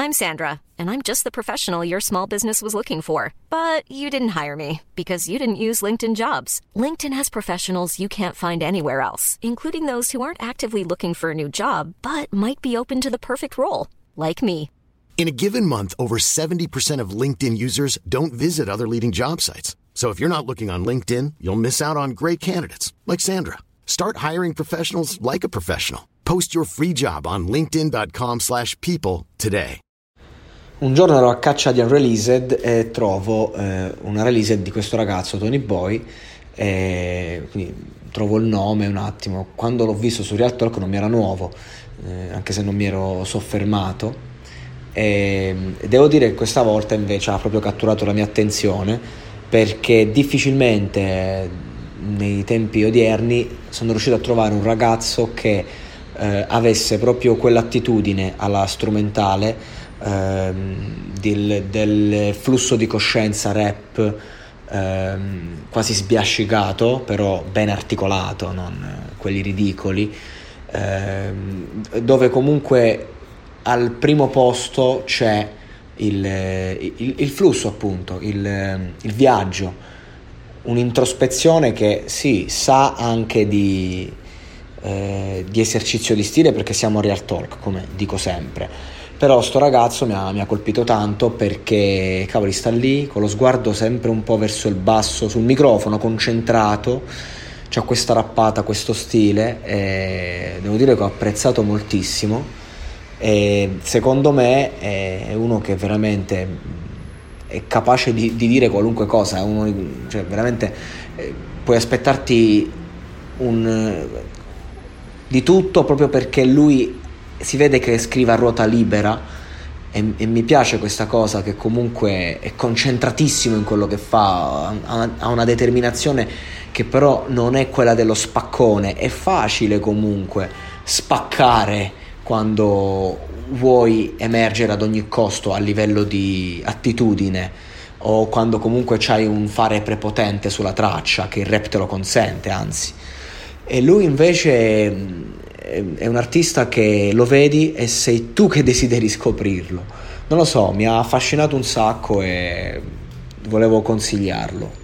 I'm Sandra, and I'm just the professional your small business was looking for. But you didn't hire me because you didn't use LinkedIn Jobs. LinkedIn has professionals you can't find anywhere else, including those who aren't actively looking for a new job, but might be open to the perfect role, like me. In a given month, over 70% of LinkedIn users don't visit other leading job sites. So if you're not looking on LinkedIn, you'll miss out on great candidates like Sandra. Start hiring professionals like a professional. Post your free job on linkedin.com/people today. Un giorno ero a caccia di Unreleased e trovo una released di questo ragazzo, Tony Boy, quindi trovo il nome un attimo. Quando l'ho visto su Real Talk non mi era nuovo, anche se non mi ero soffermato, e devo dire che questa volta invece ha proprio catturato la mia attenzione, perché difficilmente nei tempi odierni sono riuscito a trovare un ragazzo che avesse proprio quell'attitudine alla strumentale, del flusso di coscienza rap, quasi sbiascicato però ben articolato, non quelli ridicoli, dove comunque al primo posto c'è il flusso, appunto, il viaggio, un'introspezione che sì, sa anche di esercizio di stile, perché siamo a Real Talk, come dico sempre. Però sto ragazzo mi ha colpito tanto, perché cavoli, sta lì con lo sguardo sempre un po' verso il basso sul microfono, concentrato, c'ha questa rappata, questo stile, e devo dire che ho apprezzato moltissimo. E secondo me è uno che veramente è capace di dire qualunque cosa, è uno, cioè veramente puoi aspettarti di tutto, proprio perché lui si vede che scrive a ruota libera, e mi piace questa cosa, che comunque è concentratissimo in quello che fa, ha una determinazione che però non è quella dello spaccone. È facile comunque spaccare quando vuoi emergere ad ogni costo a livello di attitudine, o quando comunque c'hai un fare prepotente sulla traccia, che il rap te lo consente, anzi. E lui invece è un artista che lo vedi e sei tu che desideri scoprirlo. Non lo so, mi ha affascinato un sacco e volevo consigliarlo.